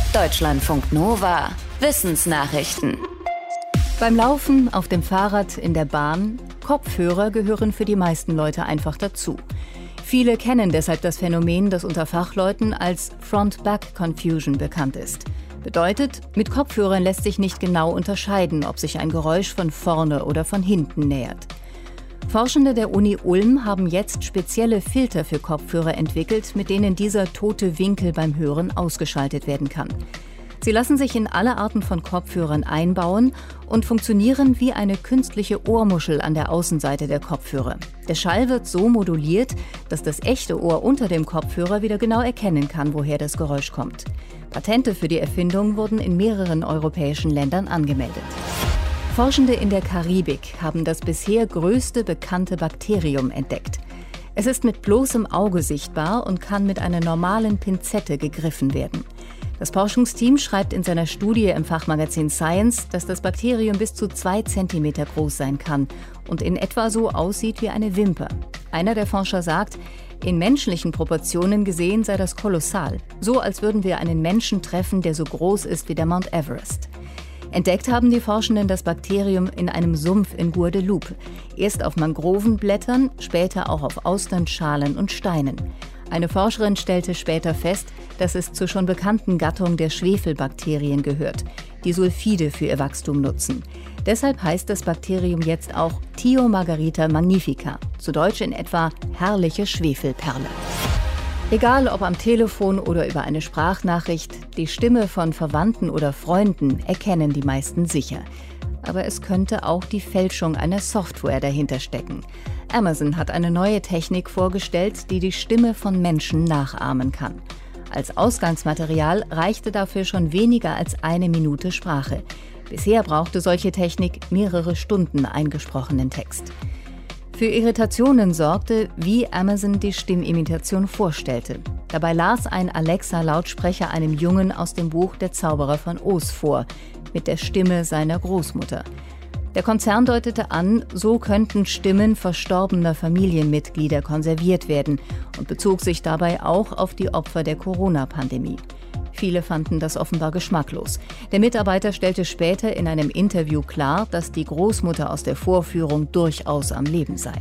Deutschlandfunk Nova. Wissensnachrichten. Beim Laufen, auf dem Fahrrad, in der Bahn, Kopfhörer gehören für die meisten Leute einfach dazu. Viele kennen deshalb das Phänomen, das unter Fachleuten als Front-Back-Confusion bekannt ist. Bedeutet, mit Kopfhörern lässt sich nicht genau unterscheiden, ob sich ein Geräusch von vorne oder von hinten nähert. Forschende der Uni Ulm haben jetzt spezielle Filter für Kopfhörer entwickelt, mit denen dieser tote Winkel beim Hören ausgeschaltet werden kann. Sie lassen sich in alle Arten von Kopfhörern einbauen und funktionieren wie eine künstliche Ohrmuschel an der Außenseite der Kopfhörer. Der Schall wird so moduliert, dass das echte Ohr unter dem Kopfhörer wieder genau erkennen kann, woher das Geräusch kommt. Patente für die Erfindung wurden in mehreren europäischen Ländern angemeldet. Forschende in der Karibik haben das bisher größte bekannte Bakterium entdeckt. Es ist mit bloßem Auge sichtbar und kann mit einer normalen Pinzette gegriffen werden. Das Forschungsteam schreibt in seiner Studie im Fachmagazin Science, dass das Bakterium bis zu 2 Zentimeter groß sein kann und in etwa so aussieht wie eine Wimper. Einer der Forscher sagt, in menschlichen Proportionen gesehen sei das kolossal. So, als würden wir einen Menschen treffen, der so groß ist wie der Mount Everest. Entdeckt haben die Forschenden das Bakterium in einem Sumpf in Guadeloupe. Erst auf Mangrovenblättern, später auch auf Austernschalen und Steinen. Eine Forscherin stellte später fest, dass es zur schon bekannten Gattung der Schwefelbakterien gehört, die Sulfide für ihr Wachstum nutzen. Deshalb heißt das Bakterium jetzt auch Thiomargarita magnifica, zu Deutsch in etwa herrliche Schwefelperle. Egal ob am Telefon oder über eine Sprachnachricht, die Stimme von Verwandten oder Freunden erkennen die meisten sicher. Aber es könnte auch die Fälschung einer Software dahinter stecken. Amazon hat eine neue Technik vorgestellt, die die Stimme von Menschen nachahmen kann. Als Ausgangsmaterial reichte dafür schon weniger als 1 Minute Sprache. Bisher brauchte solche Technik mehrere Stunden eingesprochenen Text. Für Irritationen sorgte, wie Amazon die Stimmimitation vorstellte. Dabei las ein Alexa-Lautsprecher einem Jungen aus dem Buch Der Zauberer von Oz vor, mit der Stimme seiner Großmutter. Der Konzern deutete an, so könnten Stimmen verstorbener Familienmitglieder konserviert werden und bezog sich dabei auch auf die Opfer der Corona-Pandemie. Viele fanden das offenbar geschmacklos. Der Mitarbeiter stellte später in einem Interview klar, dass die Großmutter aus der Vorführung durchaus am Leben sei.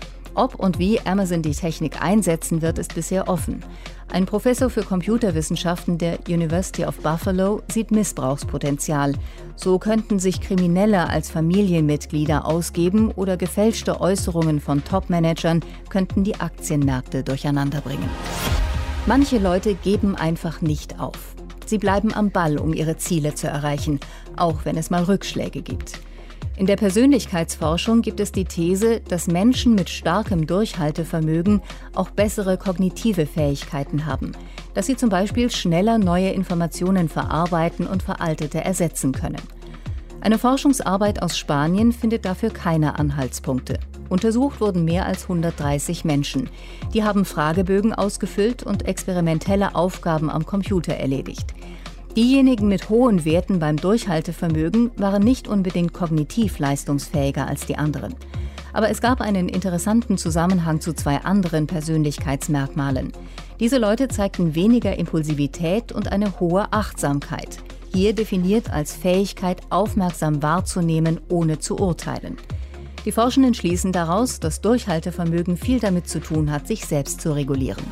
Ob und wie Amazon die Technik einsetzen wird, ist bisher offen. Ein Professor für Computerwissenschaften der University of Buffalo sieht Missbrauchspotenzial. So könnten sich Kriminelle als Familienmitglieder ausgeben oder gefälschte Äußerungen von Topmanagern könnten die Aktienmärkte durcheinanderbringen. Manche Leute geben einfach nicht auf. Sie bleiben am Ball, um ihre Ziele zu erreichen, auch wenn es mal Rückschläge gibt. In der Persönlichkeitsforschung gibt es die These, dass Menschen mit starkem Durchhaltevermögen auch bessere kognitive Fähigkeiten haben, dass sie zum Beispiel schneller neue Informationen verarbeiten und veraltete ersetzen können. Eine Forschungsarbeit aus Spanien findet dafür keine Anhaltspunkte. Untersucht wurden mehr als 130 Menschen. Die haben Fragebögen ausgefüllt und experimentelle Aufgaben am Computer erledigt. Diejenigen mit hohen Werten beim Durchhaltevermögen waren nicht unbedingt kognitiv leistungsfähiger als die anderen. Aber es gab einen interessanten Zusammenhang zu 2 anderen Persönlichkeitsmerkmalen. Diese Leute zeigten weniger Impulsivität und eine hohe Achtsamkeit. Hier definiert als Fähigkeit, aufmerksam wahrzunehmen, ohne zu urteilen. Die Forschenden schließen daraus, dass Durchhaltevermögen viel damit zu tun hat, sich selbst zu regulieren.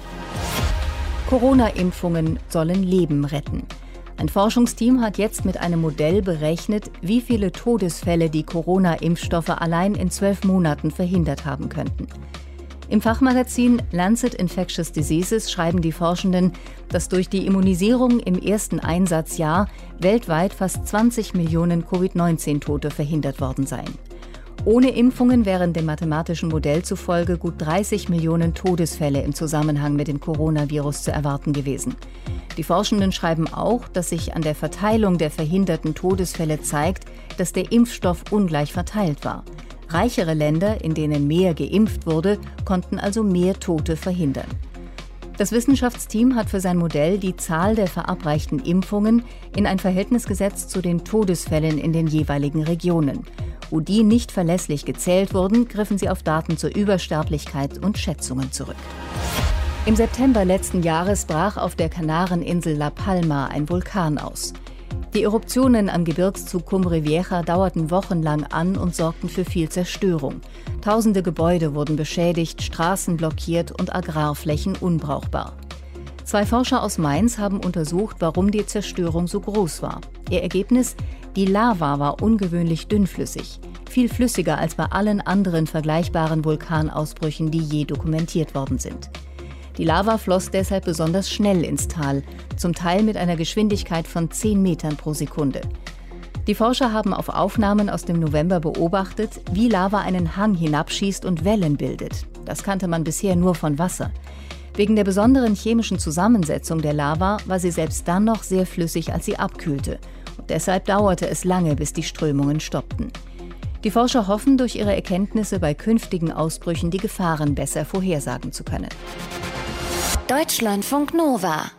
Corona-Impfungen sollen Leben retten. Ein Forschungsteam hat jetzt mit einem Modell berechnet, wie viele Todesfälle die Corona-Impfstoffe allein in 12 Monaten verhindert haben könnten. Im Fachmagazin Lancet Infectious Diseases schreiben die Forschenden, dass durch die Immunisierung im ersten Einsatzjahr weltweit fast 20 Millionen Covid-19-Tote verhindert worden seien. Ohne Impfungen wären dem mathematischen Modell zufolge gut 30 Millionen Todesfälle im Zusammenhang mit dem Coronavirus zu erwarten gewesen. Die Forschenden schreiben auch, dass sich an der Verteilung der verhinderten Todesfälle zeigt, dass der Impfstoff ungleich verteilt war. Reichere Länder, in denen mehr geimpft wurde, konnten also mehr Tote verhindern. Das Wissenschaftsteam hat für sein Modell die Zahl der verabreichten Impfungen in ein Verhältnis gesetzt zu den Todesfällen in den jeweiligen Regionen. Wo die nicht verlässlich gezählt wurden, griffen sie auf Daten zur Übersterblichkeit und Schätzungen zurück. Im September letzten Jahres brach auf der Kanareninsel La Palma ein Vulkan aus. Die Eruptionen am Gebirgszug Cumbre Vieja dauerten wochenlang an und sorgten für viel Zerstörung. Tausende Gebäude wurden beschädigt, Straßen blockiert und Agrarflächen unbrauchbar. 2 Forscher aus Mainz haben untersucht, warum die Zerstörung so groß war. Ihr Ergebnis: Die Lava war ungewöhnlich dünnflüssig, viel flüssiger als bei allen anderen vergleichbaren Vulkanausbrüchen, die je dokumentiert worden sind. Die Lava floss deshalb besonders schnell ins Tal, zum Teil mit einer Geschwindigkeit von 10 Metern pro Sekunde. Die Forscher haben auf Aufnahmen aus dem November beobachtet, wie Lava einen Hang hinabschießt und Wellen bildet. Das kannte man bisher nur von Wasser. Wegen der besonderen chemischen Zusammensetzung der Lava war sie selbst dann noch sehr flüssig, als sie abkühlte. Und deshalb dauerte es lange, bis die Strömungen stoppten. Die Forscher hoffen, durch ihre Erkenntnisse bei künftigen Ausbrüchen die Gefahren besser vorhersagen zu können. Deutschlandfunk Nova